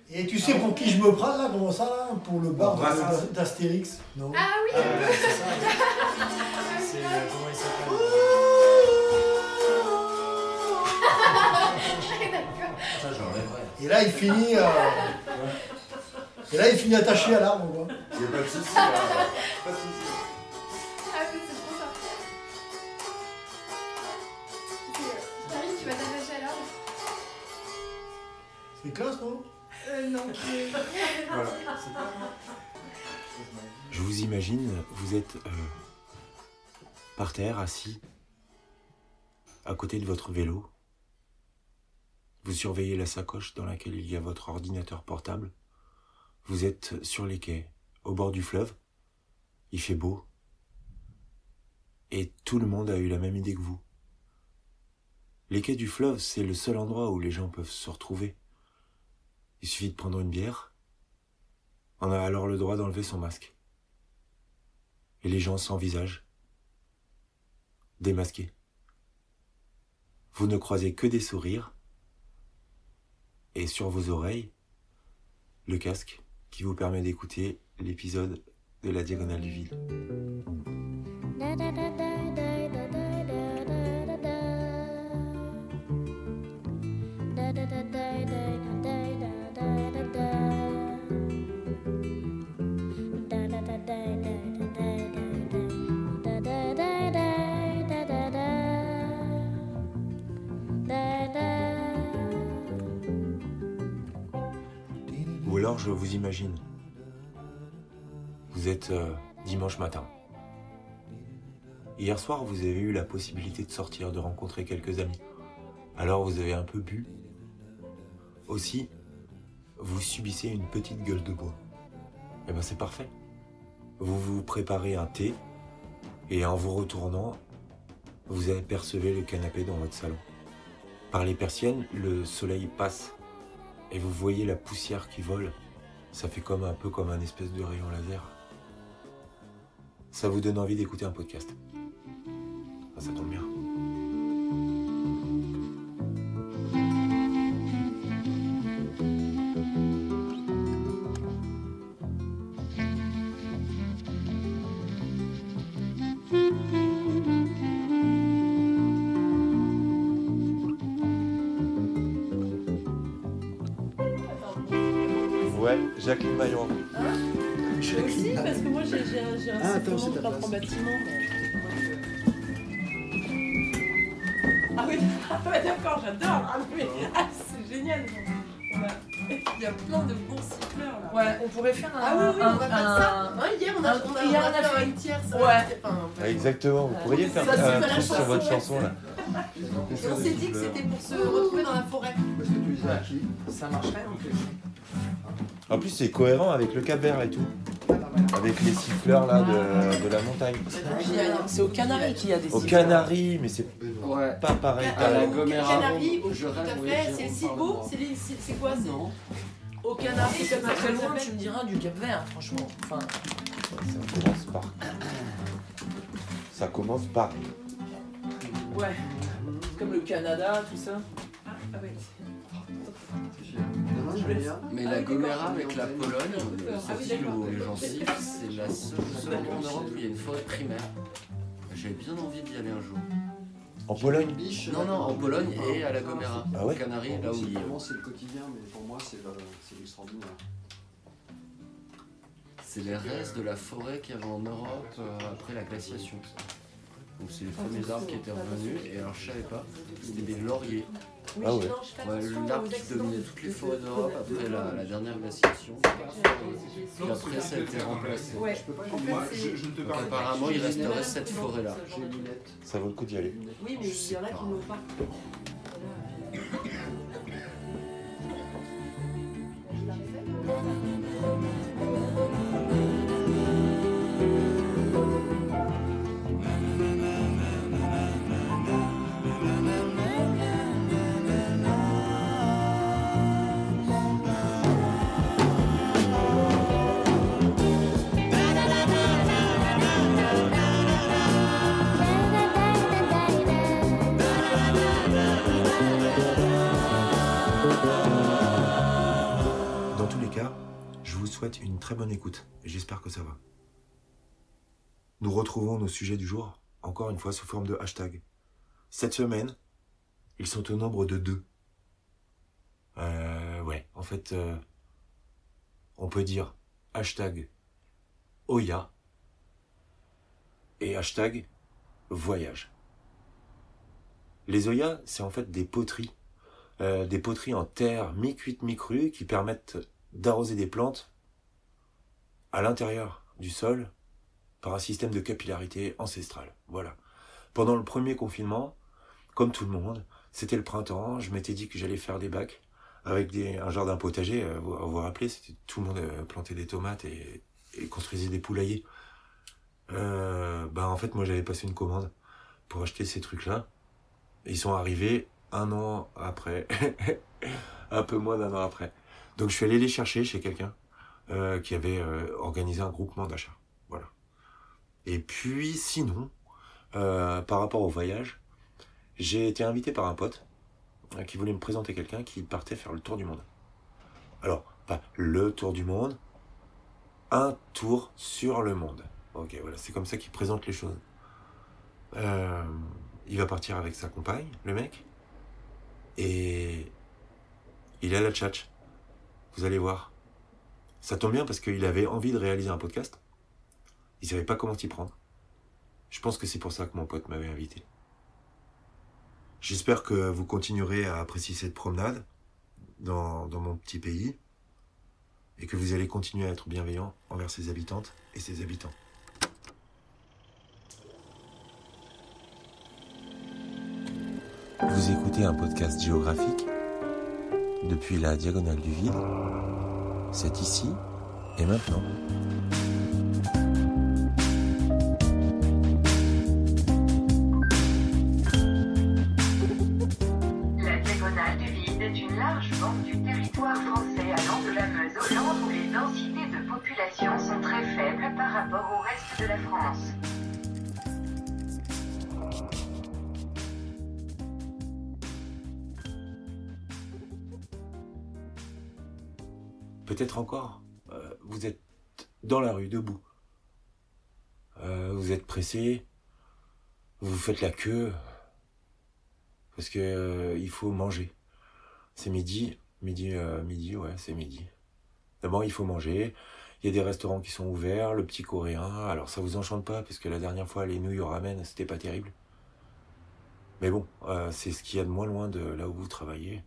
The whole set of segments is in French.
Et tu sais pour qui je me prends là, comment ça là? Pour le bar d'Astérix, non? Ah oui, c'est ça. C'est comment il s'appelle? Ça, j'enlèverais. Et là il finit attaché à l'arbre, quoi. Il n'y a pas de souci. Pas de souci. Ah oui, c'est trop ça. Karine, tu vas t'attacher à l'arbre? C'est classe, non? Non. Voilà. Je vous imagine, vous êtes par terre, assis, à côté de votre vélo. Vous surveillez la sacoche dans laquelle il y a votre ordinateur portable. Vous êtes sur les quais, au bord du fleuve. Il fait beau. Et tout le monde a eu la même idée que vous. Les quais du fleuve, c'est le seul endroit où les gens peuvent se retrouver. Il suffit de prendre une bière. On a alors le droit d'enlever son masque. Et les gens sans visage. Démasqués. Vous ne croisez que des sourires. Et sur vos oreilles, le casque qui vous permet d'écouter l'épisode de La Diagonale du Vide. Ou alors je vous imagine. Vous êtes dimanche matin. Hier soir, vous avez eu la possibilité de sortir, de rencontrer quelques amis. Alors vous avez un peu bu. Aussi, vous subissez une petite gueule de bois. Eh ben c'est parfait. Vous vous préparez un thé et en vous retournant, vous apercevez le canapé dans votre salon. Par les persiennes, le soleil passe et vous voyez la poussière qui vole. Ça fait un peu comme un espèce de rayon laser. Ça vous donne envie d'écouter un podcast. Ah, ça tombe bien. Ouais, Jacqueline Maillon. Je aussi, parce que moi j'ai un sifflement de bâtiment. Ah oui, d'accord, j'adore. Ah oui, c'est génial. Il y a plein de bons siffleurs là. Ouais, on pourrait faire un. Ah oui, on va faire ça. Hier, on a fait une tierce. Ouais. Exactement, vous pourriez faire un truc sur votre chanson là. Et on s'est dit que c'était pour se retrouver dans la forêt. Parce que tu disais à qui? Ça marcherait en plus. En plus, c'est cohérent avec le Cap-Vert et tout. Avec les siffleurs là de la montagne. C'est aux Canaries qu'il y a des siffleurs. Aux Canaries, mais c'est pas pareil. À la Gomera. Canaries, tout à fait. C'est le Silbo. C'est quoi? Non. Aux Canaries, c'est pas très loin, tu me diras, du Cap-Vert, franchement. Enfin... Ça commence par. Ouais. Comme le Canada, tout ça. Ah oui. Mais la Gomera avec la Pologne, cette île où les gens sifflent, c'est la seule zone en Europe où il y a une forêt primaire. J'ai bien envie d'y aller un jour. En Pologne? Non, en Pologne et à la Gomera, ah ouais? aux Canaries, là où il y a. C'est le quotidien, mais pour moi, c'est l'extraordinaire. C'est les restes de la forêt qu'il y avait en Europe après la glaciation. Donc c'est les premiers arbres qui étaient revenus, et alors je savais pas, c'était des lauriers. Ah ouais. L'arbre qui dominait toutes les forêts d'Europe après la dernière glaciation. Puis après ça a été remplacé. Ouais. Donc apparemment il resterait cette forêt là. Ça vaut le coup d'y aller. Oui, mais il y en a qui n'ont pas. Dans tous les cas, je vous souhaite une très bonne écoute et j'espère que ça va. Nous retrouvons nos sujets du jour, encore une fois sous forme de hashtag. Cette semaine, ils sont au nombre de 2. On peut dire hashtag Oya et hashtag voyage. Les Oya, c'est en fait des poteries en terre mi-cuite, mi-crue qui permettent d'arroser des plantes à l'intérieur du sol par un système de capillarité ancestrale. Voilà. Pendant le premier confinement, comme tout le monde, c'était le printemps, je m'étais dit que j'allais faire des bacs avec un jardin potager. Vous vous rappelez, tout le monde plantait des tomates et construisait des poulaillers. En fait, moi j'avais passé une commande pour acheter ces trucs-là. Et ils sont arrivés 1 an après, un peu moins d'1 an après. Donc je suis allé les chercher chez quelqu'un qui avait organisé un groupement d'achat. Voilà. Et puis sinon, par rapport au voyage, j'ai été invité par un pote qui voulait me présenter quelqu'un qui partait faire le tour du monde. Alors, pas le tour du monde, un tour sur le monde. Ok, voilà, c'est comme ça qu'il présente les choses. Il va partir avec sa compagne, le mec, et il est à la tchatch. Vous allez voir. Ça tombe bien parce qu'il avait envie de réaliser un podcast. Il savait pas comment s'y prendre. Je pense que c'est pour ça que mon pote m'avait invité. J'espère que vous continuerez à apprécier cette promenade dans mon petit pays et que vous allez continuer à être bienveillant envers ses habitantes et ses habitants. Vous écoutez un podcast géographique depuis la diagonale du vide. C'est ici et maintenant. La diagonale du vide est une large bande du territoire français allant de la Meuse au Land où les densités de population sont très faibles par rapport au reste de la France. Peut-être encore, vous êtes dans la rue, debout. Vous êtes pressé, vous faites la queue, parce que il faut manger. C'est midi, c'est midi. D'abord, il faut manger, il y a des restaurants qui sont ouverts, le petit coréen, alors ça vous enchante pas, parce que la dernière fois, les nouilles au ramen, c'était pas terrible. Mais bon, c'est ce qu'il y a de moins loin de là où vous travaillez.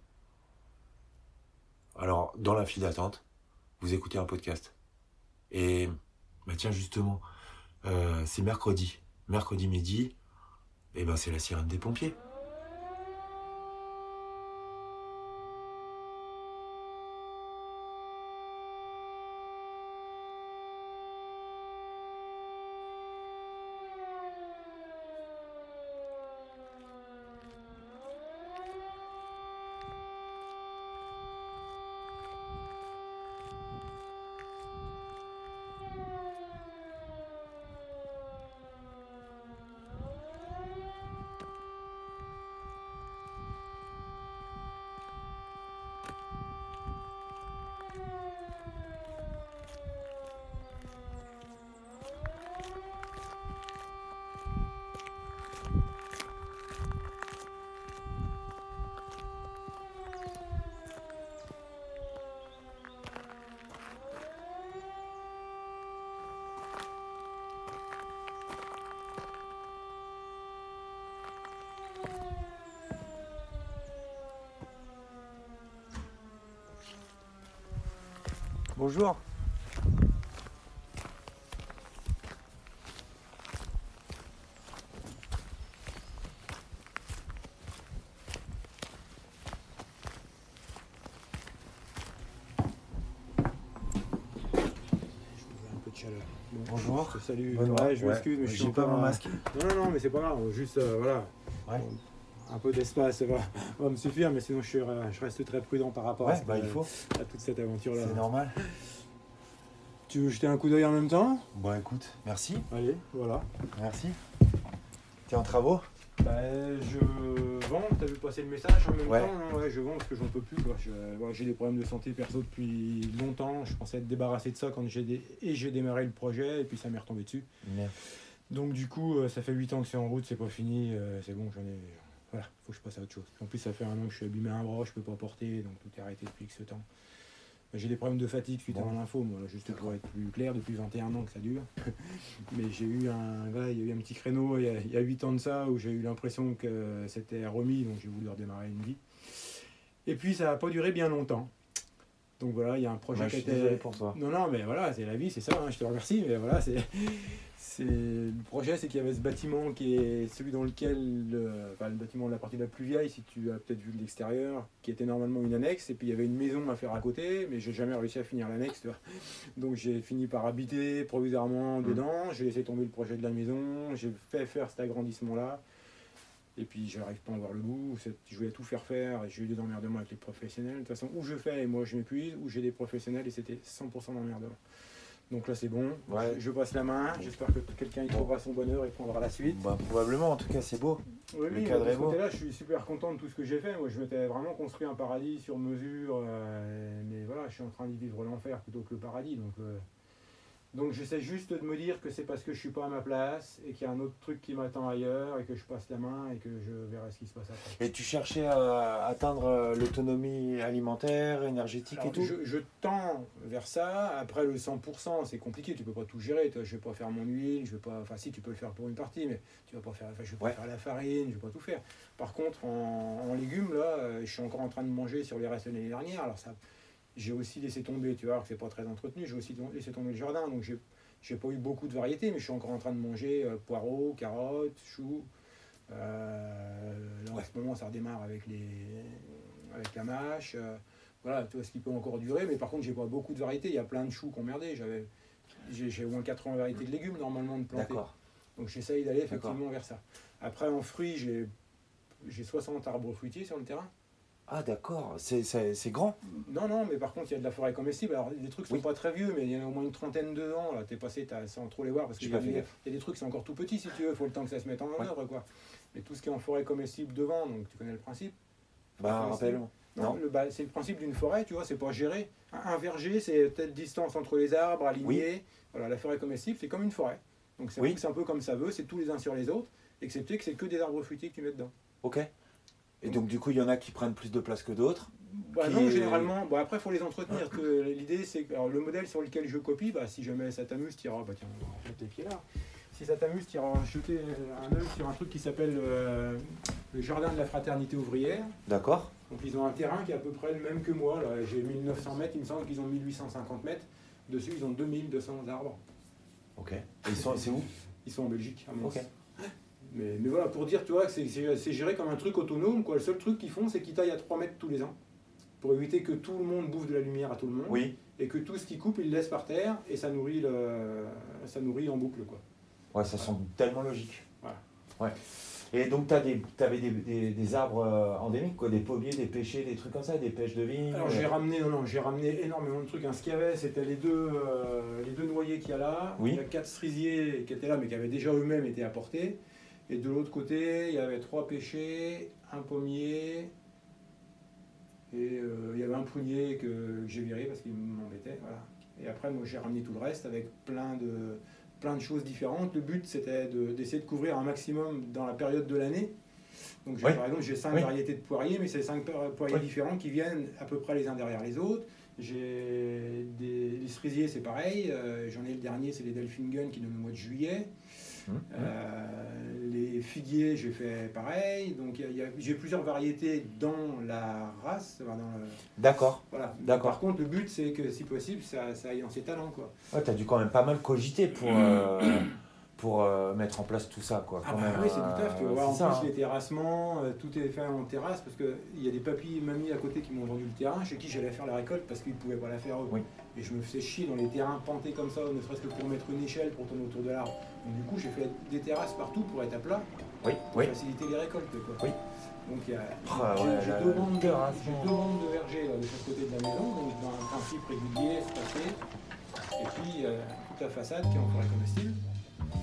Alors, dans la file d'attente, vous écoutez un podcast. Et, tiens, justement, c'est mercredi midi, et c'est la sirène des pompiers. Bonjour. Bonjour. Salut. Bonne Ouais, je m'excuse, mais je suis j'ai pas mon masque. Non, mais c'est pas grave. Juste, voilà. Ouais. Un peu d'espace va me suffire, mais sinon je reste très prudent par rapport à, il faut. à toute cette aventure-là. C'est normal. Tu veux jeter un coup d'œil en même temps? Bon, écoute, merci. Allez, voilà. Merci. T'es en travaux? Je vends, t'as vu passer le message en même Ouais. temps? Ouais, je vends parce que j'en peux plus, quoi. J'ai des problèmes de santé perso depuis longtemps. Je pensais être débarrassé de ça quand j'ai démarré le projet et puis ça m'est retombé dessus. Merde. Donc du coup, ça fait 8 ans que c'est en route, c'est pas fini, c'est bon, voilà, faut que je passe à autre chose. En plus, ça fait 1 an que je suis abîmé à un bras, je peux pas porter, donc tout est arrêté depuis ce temps. J'ai des problèmes de fatigue suite à l'info, moi, juste pour être plus clair, depuis 21 ans que ça dure. Mais il y a eu un petit créneau il y a 8 ans de ça où j'ai eu l'impression que c'était remis, donc j'ai voulu redémarrer une vie. Et puis ça n'a pas duré bien longtemps. Donc voilà, il y a un projet qui était. Désolé pour toi. Non, mais voilà, c'est la vie, c'est ça, je te remercie, mais voilà, le projet, c'est qu'il y avait ce bâtiment qui est celui dans lequel, le bâtiment de la partie la plus vieille, si tu as peut-être vu de l'extérieur, qui était normalement une annexe, et puis il y avait une maison à faire à côté, mais j'ai jamais réussi à finir l'annexe, tu vois. Donc j'ai fini par habiter provisoirement dedans, j'ai laissé tomber le projet de la maison, j'ai fait faire cet agrandissement-là, et puis j'arrive pas à en voir le bout, je voulais tout faire, et j'ai eu des emmerdements avec les professionnels. De toute façon, où je fais et moi je m'épuise, où j'ai des professionnels et c'était 100% d'emmerdement. Donc là c'est bon, Ouais. je passe la main, j'espère que quelqu'un y trouvera son bonheur et prendra la suite. Bah, probablement, en tout cas, c'est beau. Oui, Le oui, cadre de est ce beau. côté-là, je suis super content de tout ce que j'ai fait. Moi, je m'étais vraiment construit un paradis sur mesure, mais voilà, je suis en train d'y vivre l'enfer plutôt que le paradis. Donc j'essaie juste de me dire que c'est parce que je suis pas à ma place et qu'il y a un autre truc qui m'attend ailleurs et que je passe la main et que je verrai ce qui se passe après. Et tu cherchais à atteindre l'autonomie alimentaire, énergétique Alors, et tout? je tends vers ça. Après le 100%, c'est compliqué, tu peux pas tout gérer. Toi, je vais pas faire mon huile, enfin si tu peux le faire pour une partie, mais tu vas pas faire, je vais pas faire la farine, je vais pas tout faire. Par contre, en légumes là, je suis encore en train de manger sur les restes de l'année dernière. Alors ça, j'ai aussi laissé tomber, tu vois, que c'est pas très entretenu. J'ai aussi laissé tomber le jardin, donc j'ai pas eu beaucoup de variétés, mais je suis encore en train de manger poireaux, carottes, choux. Là, en ce moment, ça redémarre avec la mâche. Voilà, tu vois, ce qui peut encore durer, mais par contre, j'ai pas beaucoup de variétés. Il y a plein de choux qui ont merdé. J'ai au moins 80 variétés de légumes normalement de planter. D'accord. Donc j'essaye d'aller effectivement vers ça. Après, en fruits, j'ai 60 arbres fruitiers sur le terrain. Ah d'accord, c'est grand. Non, mais par contre, il y a de la forêt comestible. Alors, les trucs sont pas très vieux, mais il y en a au moins une trentaine de ans. Là, t'es passé sans trop les voir, parce qu'il y a des trucs qui sont encore tout petits, si tu veux. Il faut le temps que ça se mette en œuvre, quoi. Mais tout ce qui est en forêt comestible devant, donc tu connais le principe. Bah, rappelle-moi. Non, c'est le principe d'une forêt, tu vois, c'est pas géré. Un verger, c'est telle distance entre les arbres, alignés. Oui. Voilà, la forêt comestible, c'est comme une forêt. Donc c'est un peu comme ça veut, c'est tous les uns sur les autres, excepté que c'est que des arbres fruitiers que tu mets dedans. Ok. Et donc du coup, il y en a qui prennent plus de place que d'autres? Non, généralement. Bon, après, il faut les entretenir. L'idée, c'est que le modèle sur lequel je copie, si jamais ça t'amuse, tu iras... tiens, on va mettre tes pieds là. Si ça t'amuse, tu iras jeter un œil sur un truc qui s'appelle le Jardin de la Fraternité Ouvrière. D'accord. Donc ils ont un terrain qui est à peu près le même que moi. Là. J'ai 1900 mètres, il me semble qu'ils ont 1850 mètres. Dessus, ils ont 2200 arbres. Ok. Et c'est où? Ils sont en Belgique, à Mons. Ok. Mais voilà, pour dire, tu vois, que c'est géré comme un truc autonome, quoi. Le seul truc qu'ils font, c'est qu'ils taillent à 3 mètres tous les ans, pour éviter que tout le monde bouffe de la lumière à tout le monde, oui. Et que tout ce qu'ils coupent, ils le laissent par terre, et ça nourrit en boucle, quoi. Ouais, ça semble tellement logique. Voilà. Ouais. Et donc, t'avais des arbres endémiques, quoi, des pommiers, des pêchers, des trucs comme ça, des pêches de vigne. Alors j'ai ramené énormément de trucs. Ce qu'il y avait, c'était les deux noyers qu'il y a là. Oui. Il y a 4 cerisiers qui étaient là, mais qui avaient déjà eux-mêmes été apportés. Et de l'autre côté, il y avait 3 pêchers, un pommier, et il y avait un prunier que j'ai viré parce qu'il m'embêtait. Voilà. Et après, moi, j'ai ramené tout le reste avec plein de choses différentes. Le but, c'était d'essayer de couvrir un maximum dans la période de l'année. Donc, par exemple, j'ai 5 variétés de poiriers, mais c'est 5 poiriers différents qui viennent à peu près les uns derrière les autres. J'ai les cerisiers, c'est pareil. J'en ai le dernier, c'est les Delfingen qui donnent au mois de juillet. Les figuiers, j'ai fait pareil. Donc, j'ai plusieurs variétés dans la race. D'accord. Voilà. D'accord. Par contre, le but, c'est que si possible, ça aille en ses talents, quoi. Ouais, t'as dû quand même pas mal cogiter pour mettre en place tout ça, quoi. Oui, c'est du taf. Tu vas voir, en plus, les terrassements, tout est fait en terrasse parce qu'il y a des papis et mamies à côté qui m'ont vendu le terrain, chez qui j'allais faire la récolte parce qu'ils ne pouvaient pas la faire eux. Oui. Et je me faisais chier dans les terrains pantés comme ça, ne serait-ce que pour mettre une échelle pour tourner autour de l'arbre. Donc du coup, j'ai fait des terrasses partout pour être à plat, pour faciliter les récoltes, quoi. Oui. Donc j'ai 2 bandes de vergers là, de chaque côté de la maison, donc dans un principe régulier, espacé. Et puis toute la façade qui est en forêt comestible.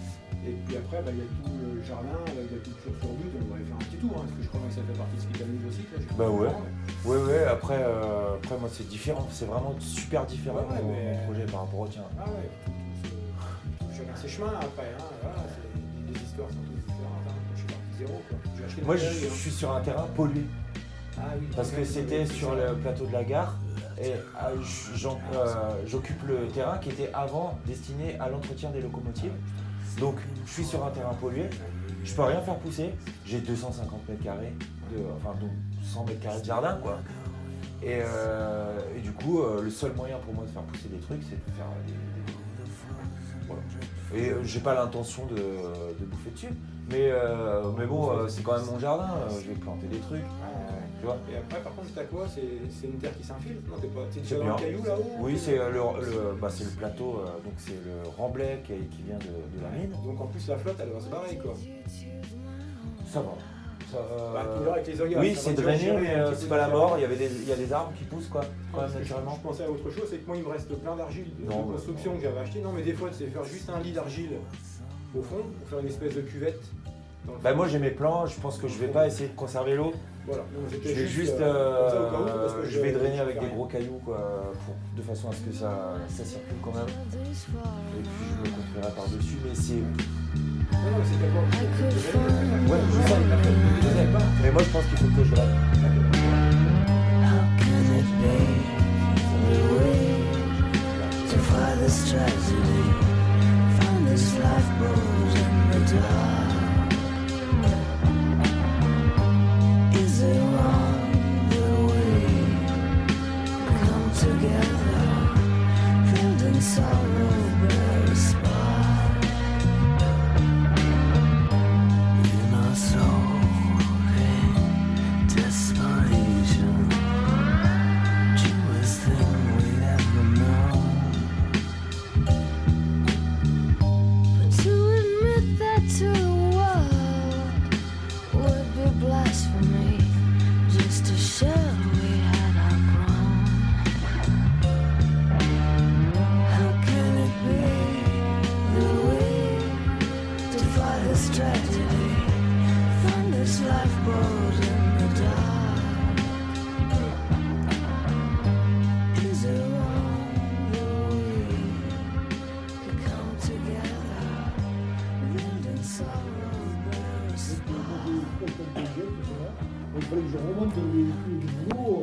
Et puis après, il y a tout le jardin, il y a tout le sur but, on va aller faire un petit tour, parce que je crois que ça fait partie de ce qui t'amuse aussi. Là, ouais, après moi c'est différent, c'est vraiment super différent mon projet par rapport au tien. Ah ouais, chacun ses chemins après, hein, voilà, les histoires sont toutes différentes, hein. Je suis parti zéro quoi. Moi je suis sur un terrain pollué, parce que c'était sur le plateau de la gare, et j'occupe le terrain qui était avant destiné à l'entretien des locomotives. Donc je suis sur un terrain pollué, je peux rien faire pousser, j'ai 250 mètres carrés, donc 100 mètres carrés de jardin quoi. Et du coup, le seul moyen pour moi de faire pousser des trucs, c'est de faire des... Voilà. Et j'ai pas l'intention de bouffer dessus, mais bon, c'est quand même mon jardin, je vais planter des trucs. Tu vois. Et après, par contre, t'as quoi? C'est une terre qui s'infiltre? Non, t'es déjà dans le caillou là-haut? Oui, c'est le plateau, donc c'est le remblai qui vient de la mine. Donc en plus, la flotte, elle va se barrer quoi. Ça va. Avec les oeillères, oui, c'est drainé, mais c'est pas la mort. Il y a des arbres qui poussent quoi, quand même naturellement. Je pensais à autre chose, c'est que moi il me reste plein d'argile de construction que j'avais acheté. Non, mais des fois, c'est faire juste un lit d'argile au fond pour faire une espèce de cuvette. Moi j'ai mes plans, je pense que je vais pas essayer de conserver l'eau. Voilà. Je vais juste, je vais drainer avec des gros cailloux quoi, de façon à ce que ça circule quand même. Et puis je me construirai par-dessus, mais c'est... Non, c'est d'abord... Ouais, je sais, mais moi je pense qu'il faut que je draine. Il fallait que je remonte le véhicule du boulot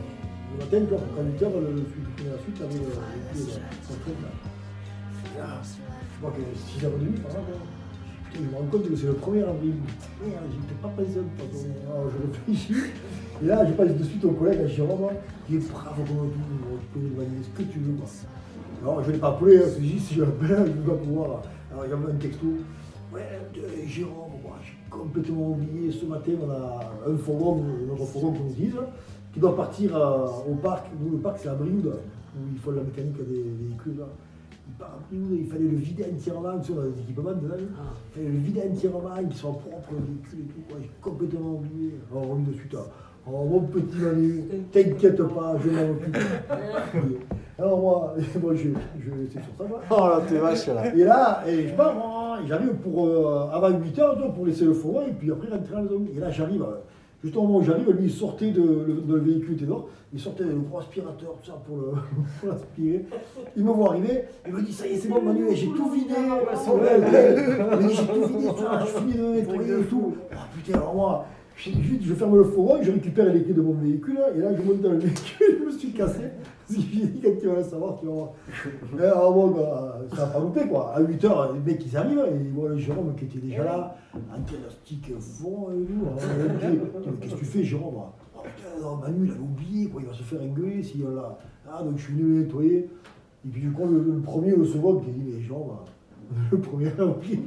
le matin, pour conducteur, celui qui prenait la suite avait le véhicule son train là. Et là, je crois que 6h30 par là, putain, je me rends compte que c'est le 1er avril. Merde, j'étais pas pensé de toute façon. Alors je réfléchis. Et là, je passe de suite au collègue à Jérôme, qui est bravo comme tout, tu peux me demander ce que tu veux. Quoi. Alors je ne l'ai pas appelé, c'est juste si je l'appelle, je dois pouvoir. Alors il y avait un texto. Ouais, Jérôme, j'ai complètement oublié, ce matin on a un fourgon, notre fourgon qu'on utilise, qui doit partir au parc. Nous, le parc c'est à Brioude, où il faut la mécanique des véhicules. Là. Il part à Brioude, il fallait le vider entièrement, tu sais, on a des équipements dedans, il fallait le vider entièrement, qu'il soit propre, le véhicule et tout. J'ai complètement oublié. Alors on lui de suite, mon petit Manu, t'inquiète pas, je m'en occupe. Alors moi je c'est sur ça. Oh là, t'es vache là. Et là, je pars, moi, j'arrive pour avant 8h pour laisser le fourgon et puis après rentrer à la maison. Et là j'arrive, juste au moment où j'arrive, lui il sortait de le véhicule était dehors, il sortait avec le gros aspirateur, tout ça pour l'aspirer. Il me voit arriver, il me dit ça y est c'est bon Manu, j'ai tout vidé. Il me dit j'ai tout vidé, je finis de nettoyer et tout. Oh putain alors moi. Je ferme le fourgon, je récupère les clés de mon véhicule, et là je monte dans le véhicule, je me suis cassé. J'ai dit quand tu vas le savoir, tu vas voir. Alors bon, ça n'a pas loupé quoi. À 8h, les mecs ils arrivent, et voilà le Jérôme qui était déjà là, un élastique fond et tout. Qu'est-ce que tu fais Jérôme? Oh putain, non, Manu il avait oublié, quoi. Il va se faire engueuler si on l'a. Ah donc je suis venu le nettoyer. Et puis du coup le premier ou le second qui a dit mais Jérôme, le premier avril.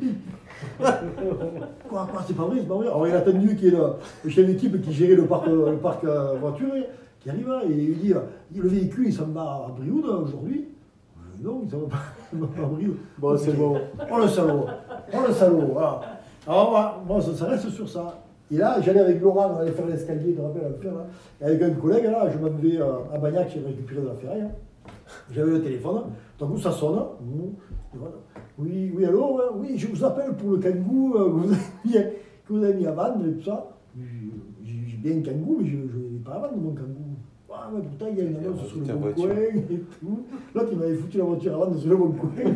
Quoi, c'est pas vrai, c'est pas vrai. Alors il a attendu qu'il y ait le chef d'équipe qui gérait le parc voiturier, qui arrive et il dit le véhicule il s'en va à Brioude aujourd'hui. Non, il s'en va pas à Brioude. Bon, c'est bon. Oh le salaud, voilà. Alors voilà, bon, ça reste sur ça. Et là, j'allais avec Laurent, on allait faire l'escalier, tu te rappelles, et avec un collègue, là, je m'en vais à Bagnac, j'ai récupéré de la ferraille. J'avais le téléphone, d'un coup ça sonne. Oui, oui, allô, ouais, oui, je vous appelle pour le kangou que vous avez mis à vendre et tout ça. J'ai bien un kangou, mais je n'ai pas à vendre mon kangou. Ah, mais pourtant, il y a une annonce sur le bon coin et tout. L'autre, il m'avait foutu la voiture à vendre sur le bon coin. Ah,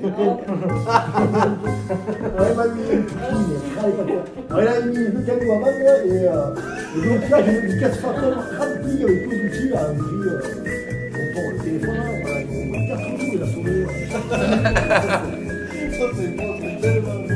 il m'a mis une prime, alors il a mis le kangou à vendre et donc là, j'ai une caisse facteur remplie avec tous les outils à un prix. Bon, le téléphone, voilà, il y a 4 jours, il a sauvé. Ça, c'est bon, c'est tellement bon.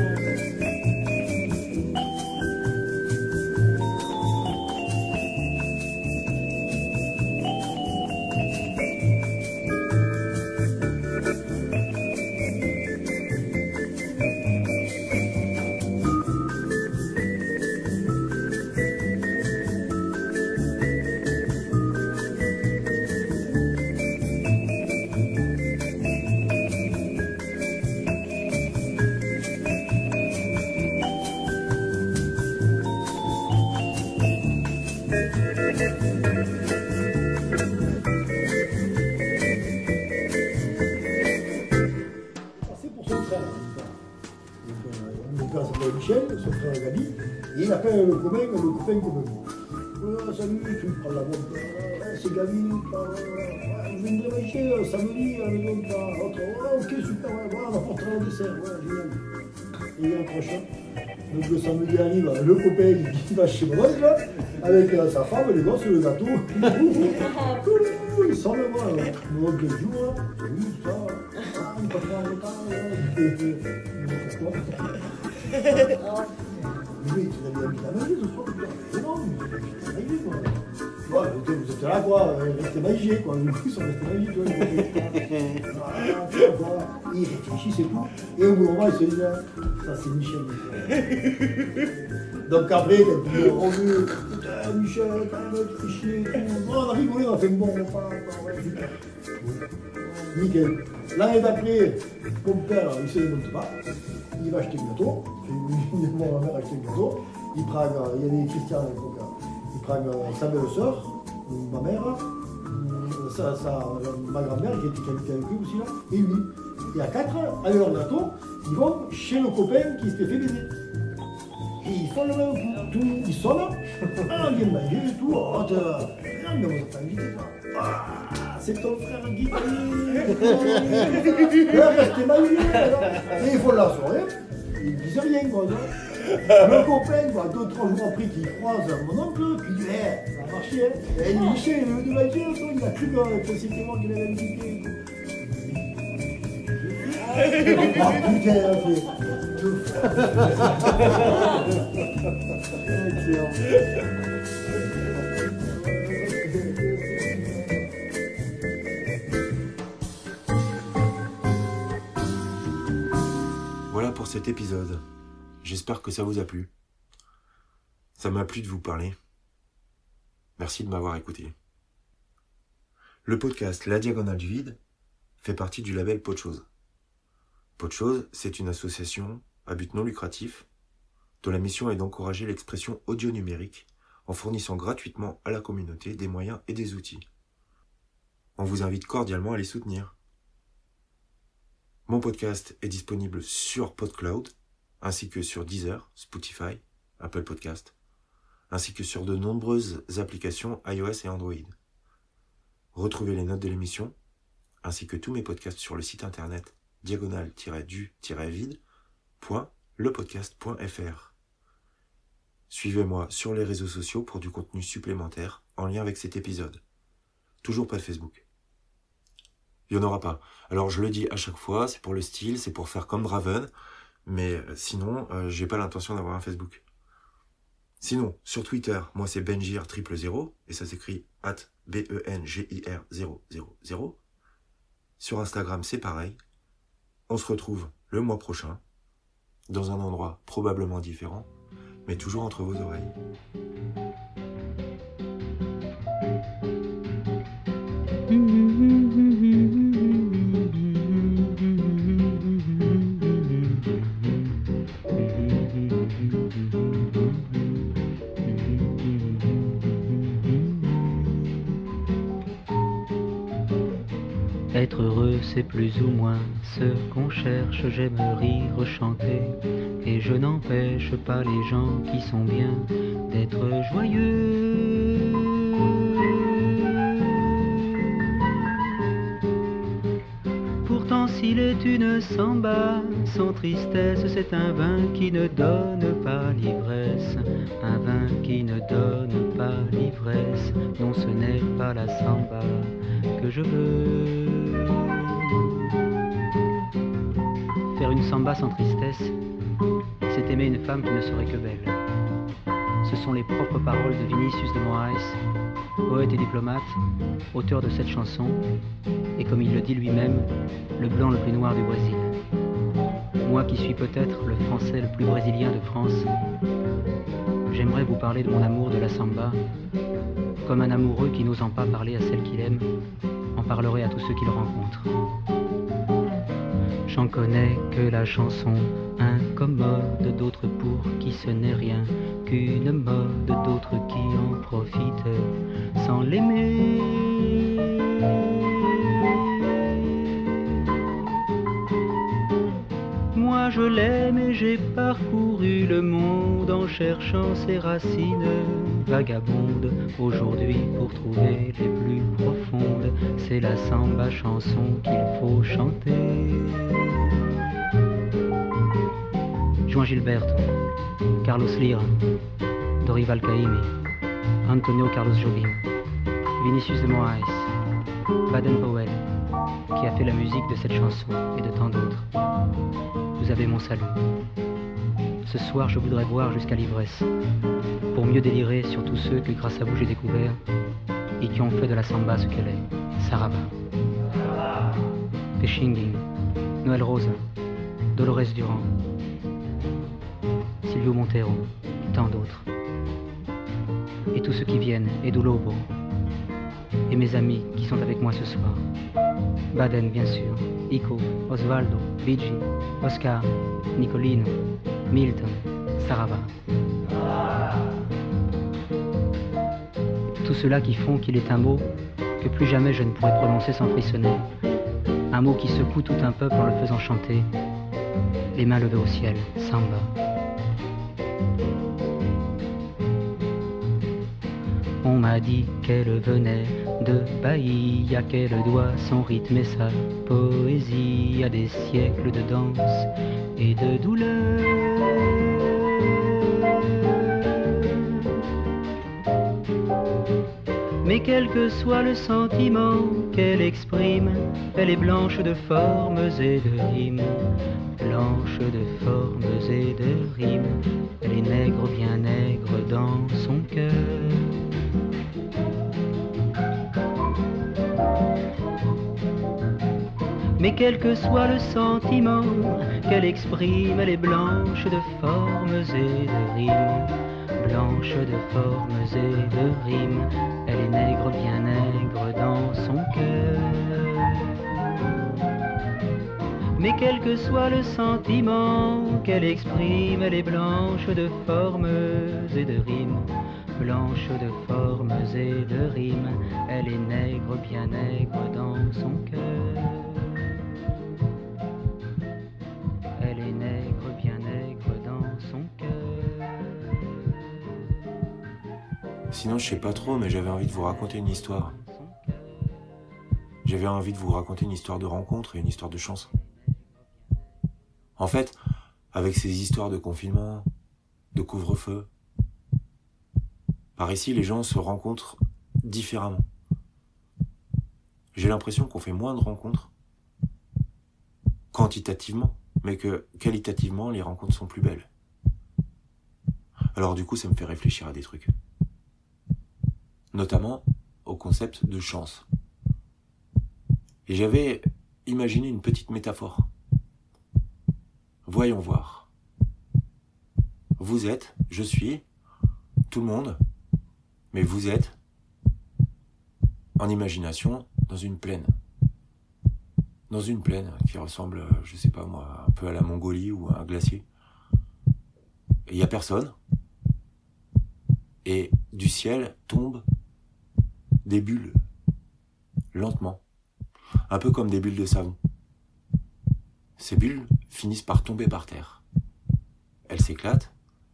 Michel, son frère Gabi, et il appelle le copain commun. Salut, tu prends la bombe, c'est Gabi, vous viendrez manger samedi à la maison de ta autre. Ok, super, on apportera le dessert, génial. Et il y a un crochet. Donc le samedi arrive, le copain qui va chez moi, avec sa femme, les gosses, le gâteau. Il sent le moi, mon oncle joue, salut, tout ça. Il passe en retard, pourquoi? Oui, tu as mis la magie ce soir, putain. Non, mais magie, quoi. Ouais, vous êtes là, quoi. Restez magique, quoi. Ils sont restés magiques, tu vois. Voilà, tu vois, quoi. Il réfléchit, c'est tout. Et au bout d'un moment, il se dit, ça, c'est Michel. Donc après, quand il est revenu, putain, Michel, quand même, tu fais chier, tout. On a rigolé, on a fait un bon repas, ouais, super. Nickel. L'année d'après, mon père, il se démonte pas. Il va acheter le gâteau. Ma mère a acheté le gâteau. Il prend, il y avait Christian à l'époque. Il prend sa belle-sœur, ma mère, ma grand-mère qui était avec lui aussi là, et lui. Et à 4, avec leur gâteau, ils vont chez le copain qui s'était fait baiser. Et ils font le même coup. Tout, ils sonnent. Ah, il vient manger et tout. Oh, non, mais on va pas inviter toi. Ah, c'est ton frère Guy. Restez maillé. Et ils font la soirée. Ils ne disent rien, quoi. Le copain, quoi, 2-3 jours après qu'il croise mon oncle, puis il dit, ça a marché, hein. Et Michel, il est venu manger, il a cru que c'était moi qui l'avais invité. Ah putain, c'est tout. Voilà pour cet épisode. J'espère que ça vous a plu. Ça m'a plu de vous parler. Merci de m'avoir écouté. Le podcast La Diagonale du Vide fait partie du label Podchose. Podchose, c'est une association à but non lucratif dont la mission est d'encourager l'expression audio-numérique en fournissant gratuitement à la communauté des moyens et des outils. On vous invite cordialement à les soutenir. Mon podcast est disponible sur PodCloud, ainsi que sur Deezer, Spotify, Apple Podcast, ainsi que sur de nombreuses applications iOS et Android. Retrouvez les notes de l'émission, ainsi que tous mes podcasts sur le site internet diagonale-du-vide.lepodcast.fr. Suivez-moi sur les réseaux sociaux pour du contenu supplémentaire en lien avec cet épisode. Toujours pas de Facebook. Il n'y en aura pas. Alors je le dis à chaque fois, c'est pour le style, c'est pour faire comme Draven, mais sinon, j'ai pas l'intention d'avoir un Facebook. Sinon, sur Twitter, moi c'est Benjir000, et ça s'écrit @BENGIR000. Sur Instagram, c'est pareil. On se retrouve le mois prochain, dans un endroit probablement différent, mais toujours entre vos oreilles. Être heureux sais plus ou moins ce qu'on cherche, j'aime rire, chanter, et je n'empêche pas les gens qui sont bien d'être joyeux. Pourtant s'il est une samba, sans tristesse, c'est un vin qui ne donne pas l'ivresse, un vin qui ne donne pas l'ivresse, non ce n'est pas la samba que je veux. Faire une samba sans tristesse, c'est aimer une femme qui ne serait que belle. Ce sont les propres paroles de Vinicius de Moraes, poète et diplomate, auteur de cette chanson, et comme il le dit lui-même, le blanc le plus noir du Brésil. Moi qui suis peut-être le français le plus brésilien de France, j'aimerais vous parler de mon amour de la samba, comme un amoureux qui n'osant pas parler à celle qu'il aime, en parlerait à tous ceux qu'il rencontre. J'en connais que la chanson incommode, d'autres pour qui ce n'est rien qu'une mode, d'autres qui en profitent sans l'aimer. Moi je l'aime et j'ai parcouru le monde en cherchant ses racines vagabondes. Aujourd'hui pour trouver les plus profondes, c'est la samba chanson qu'il faut chanter. Juan Gilberto, Carlos Lira, Dorival Caymmi, Antonio Carlos Jobim, Vinicius de Moraes, Baden-Powell, qui a fait la musique de cette chanson et de tant d'autres. Vous avez mon salut. Ce soir, je voudrais boire jusqu'à l'ivresse, pour mieux délirer sur tous ceux que grâce à vous j'ai découvert et qui ont fait de la samba ce qu'elle est. Saraba, Pechinguin, Noël Rosa, Dolores Durand, Silvio Montero, et tant d'autres. Et tous ceux qui viennent, Edu Lobo, et mes amis qui sont avec moi ce soir. Baden, bien sûr, Ico, Osvaldo, Bigi, Oscar, Nicolino, Milton, Sarava. Tout cela qui font qu'il est un mot que plus jamais je ne pourrai prononcer sans frissonner. Un mot qui secoue tout un peuple en le faisant chanter, les mains levées au ciel, samba. On m'a dit qu'elle venait de Bahia, qu'elle doit son rythme et sa poésie à des siècles de danse et de douleur. Mais quel que soit le sentiment qu'elle exprime, elle est blanche de formes et de rimes, blanche de formes et de rimes, elle est nègre, bien nègre dans son cœur. Mais quel que soit le sentiment qu'elle exprime, elle est blanche de formes et de rimes, blanche de formes et de rimes, elle est nègre, bien nègre dans son cœur. Mais quel que soit le sentiment qu'elle exprime, elle est blanche de formes et de rimes, blanche de formes et de rimes, elle est nègre, bien nègre dans son cœur. Elle est nègre, bien nègre dans son cœur. Sinon, je sais pas trop, mais j'avais envie de vous raconter une histoire. J'avais envie de vous raconter une histoire de rencontre et une histoire de chanson. En fait, avec ces histoires de confinement, de couvre-feu, par ici, les gens se rencontrent différemment. J'ai l'impression qu'on fait moins de rencontres, quantitativement, mais que qualitativement, les rencontres sont plus belles. Alors du coup, ça me fait réfléchir à des trucs. Notamment au concept de chance. Et j'avais imaginé une petite métaphore. Voyons voir. Vous êtes, je suis, tout le monde, mais vous êtes, en imagination, dans une plaine. Dans une plaine qui ressemble, je sais pas moi, un peu à la Mongolie ou à un glacier. Et il n'y a personne. Et du ciel tombent des bulles, lentement. un peu comme des bulles de savon. Ces bulles finissent par tomber par terre. Elles s'éclatent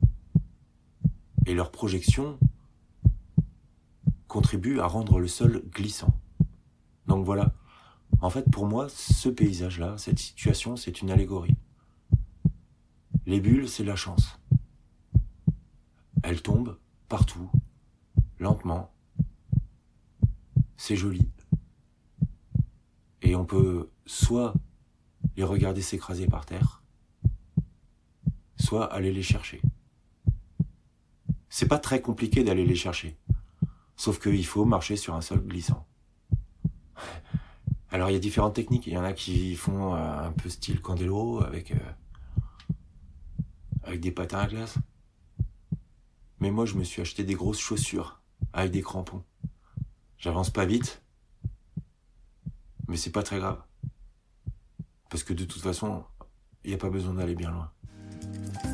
et leur projection contribue à rendre le sol glissant. Donc voilà, en fait pour moi, ce paysage-là, cette situation, c'est une allégorie. Les bulles, c'est la chance. Elles tombent partout, lentement. C'est joli. Et on peut soit les regarder s'écraser par terre, soit aller les chercher. C'est pas très compliqué d'aller les chercher, sauf qu'il faut marcher sur un sol glissant. Alors il y a différentes techniques, il y en a qui font un peu style Candelo avec des patins à glace. Mais moi je me suis acheté des grosses chaussures avec des crampons. J'avance pas vite, mais c'est pas très grave. Parce que de toute façon, il n'y a pas besoin d'aller bien loin.